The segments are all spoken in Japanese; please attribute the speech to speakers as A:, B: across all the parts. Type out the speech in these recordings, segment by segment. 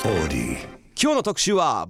A: 今日の特集は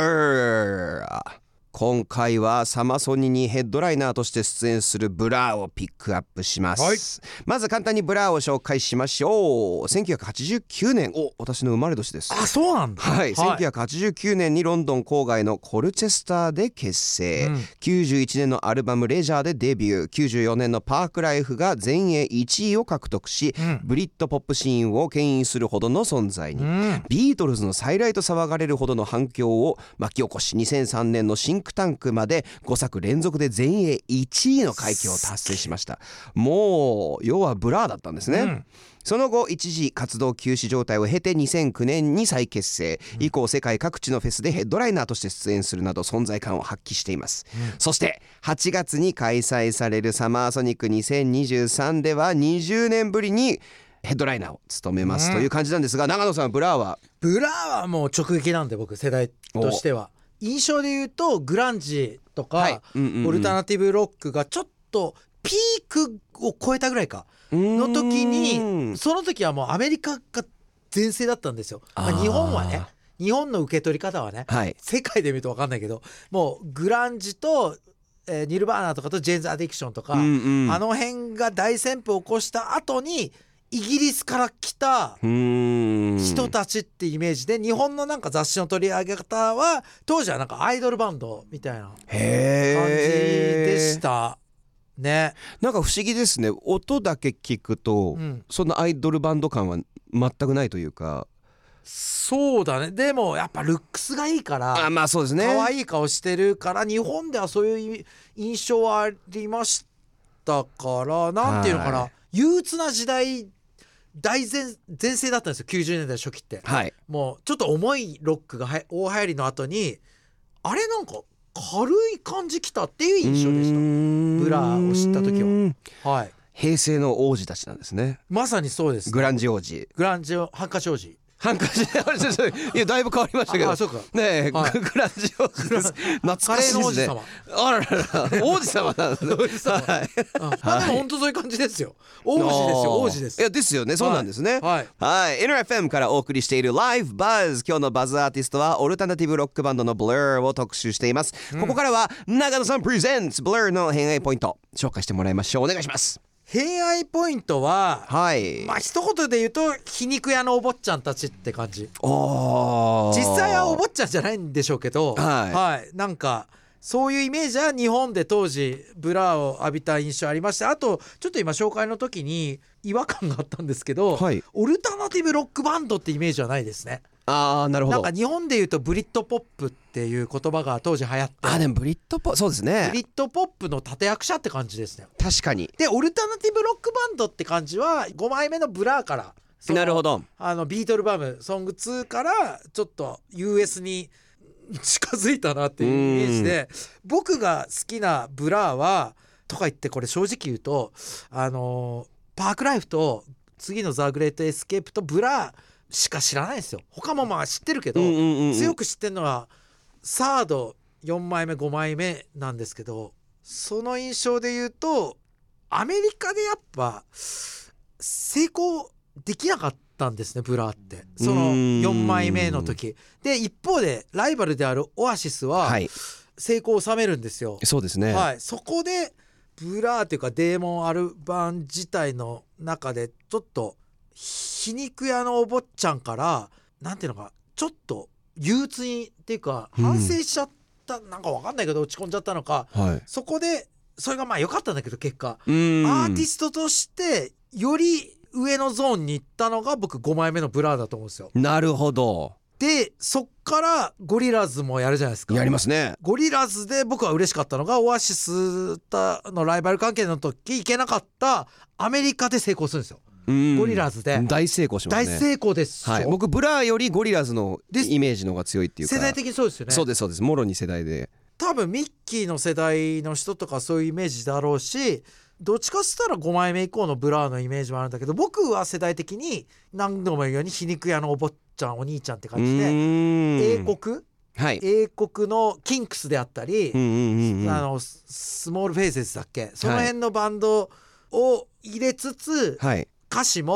A: Blur。今回はサマソニにヘッドライナーとして出演するブラーをピックアップします、
B: はい、
A: まず簡単にブラーを紹介しましょう。1989年、私の生まれ年です。
B: あ、そうなんだ。
A: はい、1989年にロンドン郊外のコルチェスターで結成、91年のアルバムレジャーでデビュー、94年のパークライフが全英1位を獲得し、ブリッドポップシーンを牽引するほどの存在に、ビートルズの再来と騒がれるほどの反響を巻き起こし、2003年のシンクタンクまで5作連続で全英1位の快挙を達成しました。もう要はブラーだったんですね、その後一時活動休止状態を経て2009年に再結成、以降世界各地のフェスでヘッドライナーとして出演するなど存在感を発揮しています、そして8月に開催されるサマーソニック2023では20年ぶりにヘッドライナーを務めますという感じなんですが、長野さん、ブラーは
B: もう直撃なんで、僕世代としては印象で言うとグランジとか、オルタナティブロックがちょっとピークを超えたぐらいかの時に、その時はもうアメリカが全盛だったんですよ。日本はね、日本の受け取り方はね、世界で見ると分かんないけど、もうグランジとニルバーナとかとジェーンズ・アディクションとか、あの辺が大旋風を起こした後にイギリスから来た人たちってイメージで、日本のなんか雑誌の取り上げ方は当時はなんかアイドルバンドみたいな感じでしたね。
A: なんか不思議ですね。音だけ聞くと、そんなアイドルバンド感は全くないというか。
B: そうだね。でもやっぱルックスがいいから、
A: まあそうですね、
B: 可愛い顔してるから日本ではそういう印象はありましたから、なんていうのかな、憂鬱な時代全盛だったんですよ、90年代初期って、もうちょっと重いロックが大流行りの後に、あれなんか軽い感じきたっていう印象でした、ブラーを知った時は。
A: 平成の王子たちなんですね。
B: まさにそうです、
A: グランジ王子、
B: ハンカチ王子、
A: いやだいぶ変わりましたけど、
B: そうか
A: ねえ、グランジ王子です。懐かしいですね。あらら王子様なんです。
B: 本当そういう感じですよ。王子ですよ、王子です。
A: いやですよね、そうなんですね。NRFM からお送りしている Live Buzz、 今日のバズアーティストはオルタナティブロックバンドの Blur を特集しています、ここからは長野さんプレゼンツ Blur の偏愛ポイント紹介してもらいましょう。お願いします。
B: 偏愛ポイントは、まあ一言で言うと皮肉屋のお坊ちゃんたちって感じ。実際はお坊ちゃんじゃないんでしょうけど、なんかそういうイメージは日本で当時ブラーを浴びた印象ありました。あとちょっと今紹介の時に違和感があったんですけど、オルタナティブロックバンドってイメージはないですね。
A: なるほど。
B: なんか日本でいうとブリッドポップっていう言葉が当時流行って、
A: でもブリッドポップ、そうですね、
B: ブリッドポップの立役者って感じですね。
A: 確かに。
B: でオルタナティブロックバンドって感じは5枚目のブラーから、
A: なるほど、
B: ビートルバムソング2からちょっと US に近づいたなっていうイメージで、僕が好きなブラーはとか言って、これ正直言うとパークライフと次のザ・グレート・エスケープとブラーしか知らないですよ。他もまあ知ってるけど、強く知ってるのはサード4枚目5枚目なんですけど、その印象で言うとアメリカでやっぱ成功できなかったんですね、ブラーって。その4枚目の時で、一方でライバルであるオアシスは成功を収めるんですよ。
A: そうですね、
B: そこでブラーっていうかデーモンアルバン自体の中でちょっと皮肉屋のお坊ちゃんからなんていうのか、ちょっと憂鬱にっていうか反省しちゃった、なんか分かんないけど落ち込んじゃったのか、そこでそれがまあ良かったんだけど、結果アーティストとしてより上のゾーンに行ったのが僕5枚目のブラーだと思うんですよ。
A: なるほど。
B: でそっからゴリラズもやるじゃないですか。
A: やりますね。
B: ゴリラズで僕は嬉しかったのが、オアシスのライバル関係の時行けなかったアメリカで成功するんですよ。ゴリラズで
A: 大成功しますね。
B: 大成功です、
A: 僕ブラーよりゴリラズのイメージの方が強いっていうか、
B: 世代的にそうですよね。
A: そうですそうです、もろに世代で、
B: 多分ミッキーの世代の人とかそういうイメージだろうし、どっちかっつったら5枚目以降のブラーのイメージもあるんだけど、僕は世代的に何度も言うように皮肉屋のお坊ちゃんお兄ちゃんって感じで、英国のキンクスであったり、スモールフェイセスだっけ、その辺のバンドを入れつつ、歌詞も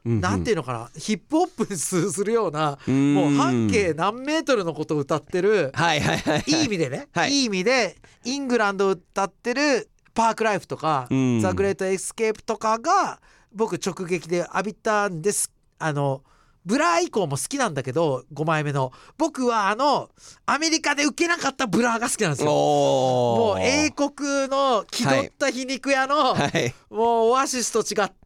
B: なんていうのかな、ヒップホップに通ずるような、もう半径何メートルのことを歌ってる、いい意味でね、いい意味でイングランドを歌ってるパークライフとか、ザ・グレート・エスケープとかが僕直撃で浴びたんです。ブラー以降も好きなんだけど、5枚目の僕はアメリカで受けなかったブラーが好きなんですよ。もう英国の気取った皮肉屋の、もうオアシスと違って、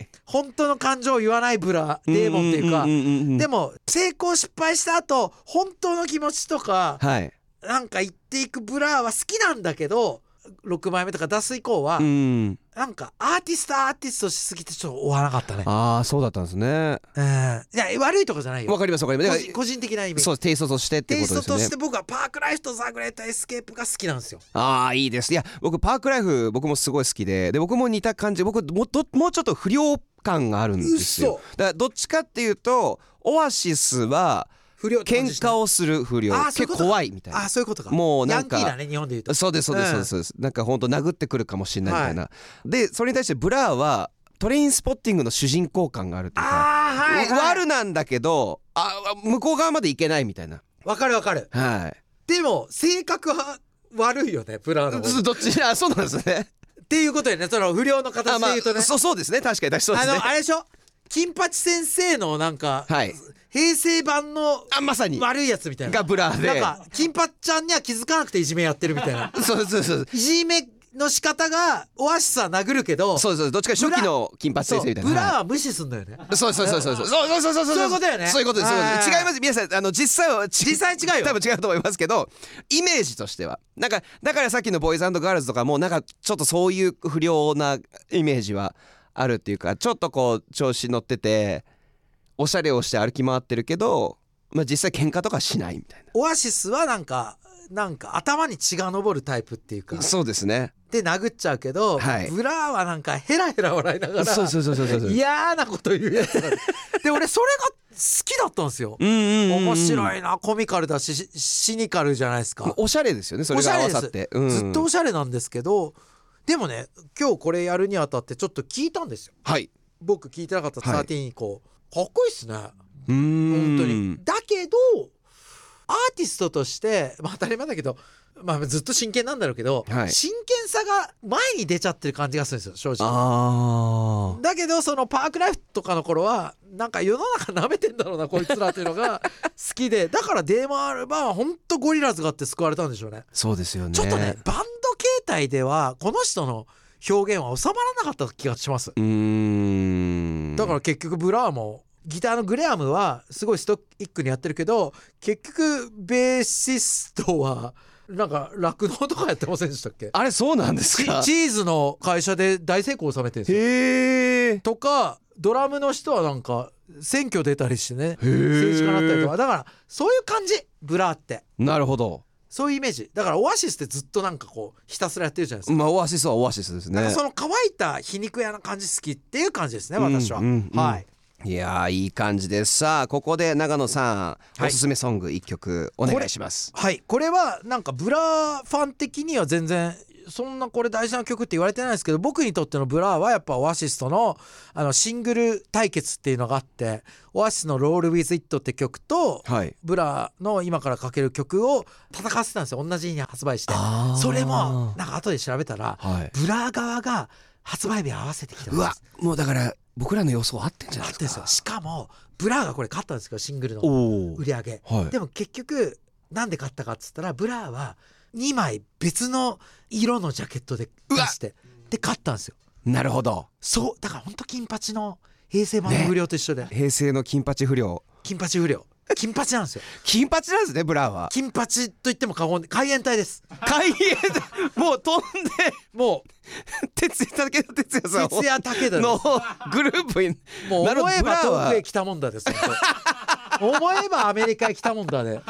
B: 本当の感情を言わないブラー、デーモンっていうか、でも成功失敗した後本当の気持ちとか、なんか言っていくブラーは好きなんだけど、6枚目とか出す以降は、なんかアーティストしすぎてちょっと追わなかったね。
A: ああ、そうだったんですね。
B: いや悪いとこじゃないよ。
A: わかりますわかります。
B: 個人的な意味。
A: そう、テイストとしてってことですね。
B: テイストとして僕はパークライフとザ・グレート・エスケープが好きなんですよ。
A: ああ、いいです。いや僕パークライフ僕もすごい好きで、僕も似た感じ、僕もうちょっと不良感があるんですよ。だからどっちかっていうとオアシスは喧嘩をする不良、結構怖いみたいな。
B: そういうことか。
A: もうなんか
B: ヤンキーだね、日本で言うと。
A: そうですそうですそうです、なんか本当殴ってくるかもしれないみたいな、でそれに対してブラーはトレインスポッティングの主人公感があるというか、悪なんだけど向こう側までいけないみたいな。
B: わかるわかる。でも性格は悪いよね、ブラーの。
A: どっちそうなんですね。
B: っていうことよね、その不良の形で言うとね。
A: そうですね、確かにそうですね。
B: あれでしょ、金八先生のなんか、平成版の
A: まさに
B: 悪いやつみたいな
A: がブラーで、
B: なんか金八ちゃんには気づかなくていじめやってるみたいな。そういじめの仕方がオアシスは殴るけど、
A: そうどっちか初期の金八先生みたいな。
B: ブラーは無視すんだよね。
A: そういうことだよね。そういうことです。違います、皆さん実際違うよ、多分違うと思いますけど、イメージとしてはなんか、だからさっきのボーイズ&ガールズとかもなんかちょっとそういう不良なイメージはあるっていうか、ちょっとこう調子乗ってておしゃれをして歩き回ってるけど、実際喧嘩とかしないみたいな。
B: オアシスはなんか頭に血が上るタイプっていうか、
A: そうですね、
B: で殴っちゃうけど、ブラーはなんかヘラヘラ笑いながら嫌なこと言うやつだで俺それが好きだったんですよ。面白いな、コミカルだしシニカルじゃないですか。
A: おしゃれですよね、それが合わさって、
B: ずっとおしゃれなんですけど、でもね今日これやるにあたってちょっと聞いたんですよ。僕聞いてなかった13以降、かっこいいっすね、本当に。だけどアーティストとして当たり前だけど、ずっと真剣なんだろうけど、真剣さが前に出ちゃってる感じがするんですよ、正直。だけどそのパークライフとかの頃はなんか世の中舐めてんだろうなこいつらっていうのが好きで、だからデーモンアルバンはほんとゴリラズがあって救われたんでしょうね。
A: そうですよね。
B: ちょっとねバンド形態ではこの人の表現は収まらなかった気がします。だから結局ブラーもギターのグレアムはすごいストイックにやってるけど、結局ベーシストはなんか酪農とかやってませんでしたっけ？
A: あれそうなんですか？
B: チーズの会社で大成功を収めてるんですよ。とかドラムの人はなんか選挙出たりしてね、政治家になったりとか、だからそういう感じ、ブラーって。
A: なるほど、
B: そういうイメージだから。オアシスってずっとなんかこうひたすらやってるじゃないですか。
A: オアシスはオアシスですね。
B: その乾いた皮肉屋な感じ好きっていう感じですね、私は。
A: いやー、いい感じです。さあここで長野さん、おすすめソング1曲お願いします。
B: これはなんかブラーファン的には全然そんなこれ大事な曲って言われてないですけど、僕にとってのブラーはやっぱオアシスとのシングル対決っていうのがあって、オアシスのロールウィズイットって曲と、ブラーの今からかける曲を戦わせたんですよ、同じ日に発売して。それもなんか後で調べたら、ブラー側が発売日合わせてきてます。
A: もうだから僕らの予想合ってんじゃないですか。
B: しかもブラーがこれ勝ったんですけど、シングルの売り上げ、でも結局なんで勝ったかっつったら、ブラーは2枚別の色のジャケットで出してで勝ったんですよ。
A: なるほど。
B: そうだから本当金八の平成版の不良と一緒で、
A: 平成の金八不良、
B: 金八不良、金八なんですよ。
A: 金八なんですね、ブラーは。
B: 金八と言っても過言で、海援隊です。
A: 海援もう飛んで
B: もう
A: 哲也武田のグループに、
B: もう思えば遠くへ来たもんだです思えばアメリカへ来たもんだね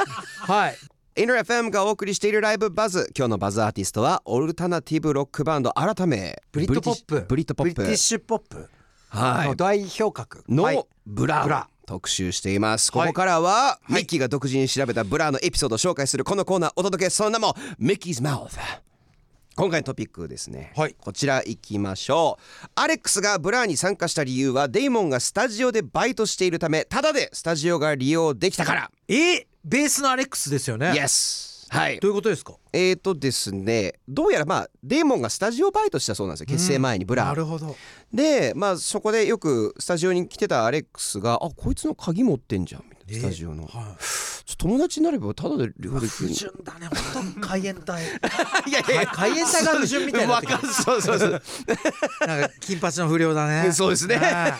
A: INNER FM がお送りしているライブバズ。今日のバズアーティストはオルタナティブロックバンド、改め
B: ブリッドポップ、
A: ブリティッ
B: シュポップの代表格
A: のブラー特集しています。ここからはミッキーが独自に調べたブラーのエピソードを紹介するこのコーナーお届け。その名もミッキーズマウス。 今回のトピックですね、
B: はい、
A: こちら行きましょう。アレックスがブラーに参加した理由はデイモンがスタジオでバイトしているためタダでスタジオが利用できたから。
B: ベースのアレックスですよね。
A: Yes。はい、
B: どういうことですか？
A: ですね、どうやらデーモンがスタジオバイトしたそうなんですよ、結成前にブラー。
B: なるほど。
A: でそこでよくスタジオに来てたアレックスがこいつの鍵持ってんじゃんみたいな、スタジオの、友達になればただで利用できる。
B: 不純だね本当。海援隊
A: いや
B: 海援隊が不純みたいになってくる。
A: そうなんか
B: 金八の不良だね。
A: そうですね。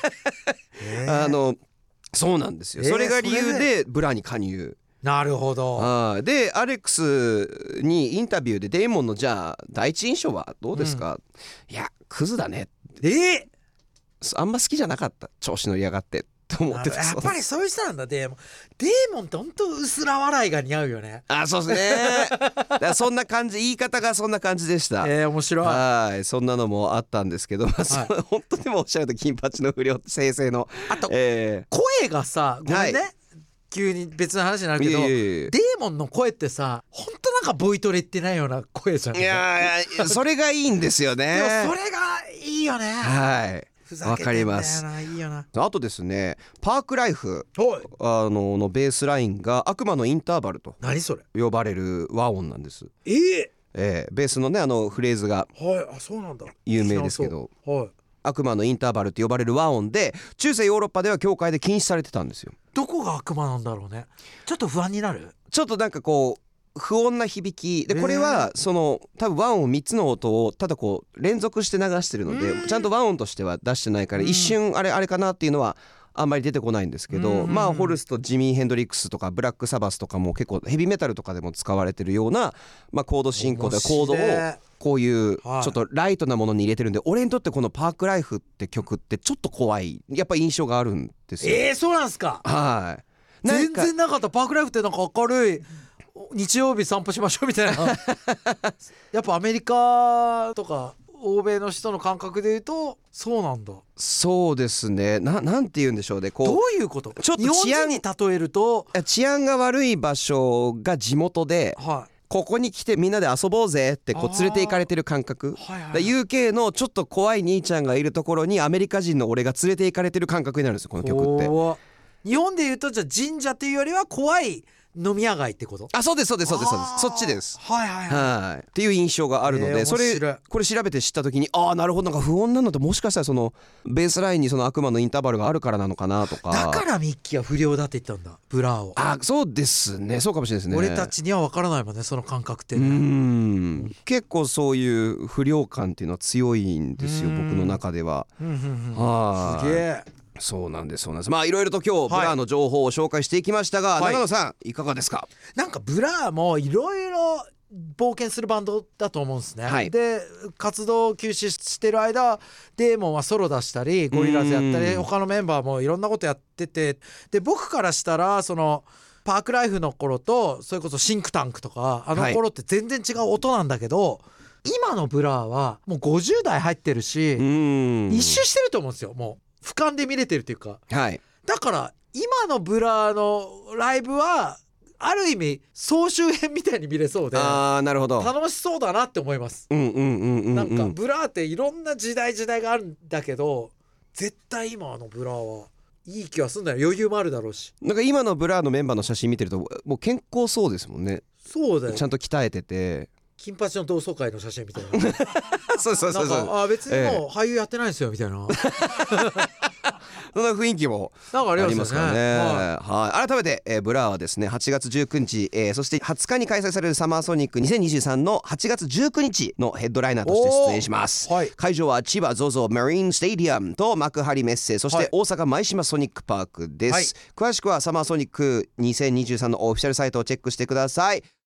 A: そうなんですよ、それが理由でブラーに加入。
B: なるほど。
A: でアレックスにインタビューでデーモンのじゃあ第一印象はどうですか、いやクズだね、あんま好きじゃなかった、調子乗りやがってと思ってた。
B: やっぱりそういう人なんだ。デーモンって本当薄ら笑いが似合うよね。
A: そうですね。だからそんな感じ、言い方がそんな感じでした。
B: 面白い。
A: はい、そんなのもあったんですけど、本当にもおっしゃると金八の不良生成の
B: あと、声がさ、ごめんね、急に別の話になるけど、デーモンの声ってさ、本当なんかボイトレ言ってないような声じゃん。
A: いやそれがいいんですよね。
B: でもそれがいいよね。
A: はい、わかります。
B: いいよな。
A: あとですね、パークライフのベースラインが悪魔のインターバルと
B: 何それ
A: 呼ばれる和音なんです。ベースのねフレーズが
B: そうなんだ、
A: 有名ですけど、悪魔のインターバルって呼ばれる和音で中世ヨーロッパでは教会で禁止されてたんですよ。
B: どこが悪魔なんだろうね。ちょっと不安になる。
A: ちょっとなんかこう不穏な響きで、これは多分和音3つの音をただ連続して流してるので、ちゃんと和音としては出してないから、一瞬あれかなっていうのはあんまり出てこないんですけど、ホルスとジミー・ヘンドリックスとかブラック・サバスとかも結構ヘビメタルとかでも使われてるような、コード進行でコードをこういうちょっとライトなものに入れてるんで、俺にとってこのパークライフって曲ってちょっと怖いやっぱ印象があるんですよ。
B: そうなんすか。
A: はい、
B: 全然なかった。パークライフってなんか明るい日曜日散歩しましょうみたいなやっぱアメリカとか欧米の人の感覚で言うとそうなんだ。
A: そうですね。なんて言うんでしょうね、
B: どういうこと？
A: ちょっと
B: 日本人に例えると
A: 治安が悪い場所が地元で、ここに来てみんなで遊ぼうぜって連れて行かれてる感覚、UK のちょっと怖い兄ちゃんがいるところにアメリカ人の俺が連れて行かれてる感覚になるんですよ、この曲って。
B: 日本で言うとじゃあ神社っていうよりは怖い飲み屋街ってこと？
A: そうですそっちです。っていう印象があるので、これ調べて知った時になるほど、なんか不穏なのってもしかしたらそのベースラインにその悪魔のインターバルがあるからなのかなとか。
B: だからミッキーは不良だって言ったんだ、ブラーを。
A: そうですね、そうかもしれないですね。
B: 俺たちには分からないもんね、その感覚ってね。
A: 結構そういう不良感っていうのは強いんですよ、僕の中では。
B: すげえ。
A: そうなんです。いろいろと今日ブラーの情報を紹介していきましたが、長野さんいかがですか？
B: なんかブラーもいろいろ冒険するバンドだと思うんですね。で活動休止してる間デーモンはソロ出したりゴリラズやったり他のメンバーもいろんなことやってて、で僕からしたらそのパークライフの頃とそれこそシンクタンクとか頃って全然違う音なんだけど、今のブラーはもう50代入ってるし一周してると思うんですよ。もう俯瞰で見れてるっていうか、だから今のブラのライブはある意味総集編みたいに見れそうで、
A: なるほど、
B: 楽しそうだなって思います。なんかブラっていろんな時代があるんだけど、絶対今のブラはいい気はすんだよ。余裕もあるだろうし。
A: なんか今のブラのメンバーの写真見てるともう健康そうですもんね。
B: そうだよ、
A: ちゃんと鍛えてて
B: 金八の同窓会の写真みたいな
A: そう
B: なんか別にもう俳優やってないんですよみたいな
A: そんな雰囲気もありますからね。改めて、ブラーはですね8月19日、そして20日に開催されるサマーソニック2023の8月19日のヘッドライナーとして出演します。会場は千葉 ZOZO マリンスタジアムと幕張メッセ、そして大阪舞島ソニックパークです。詳しくはサマーソニック2023のオフィシャルサイトをチェックしてください。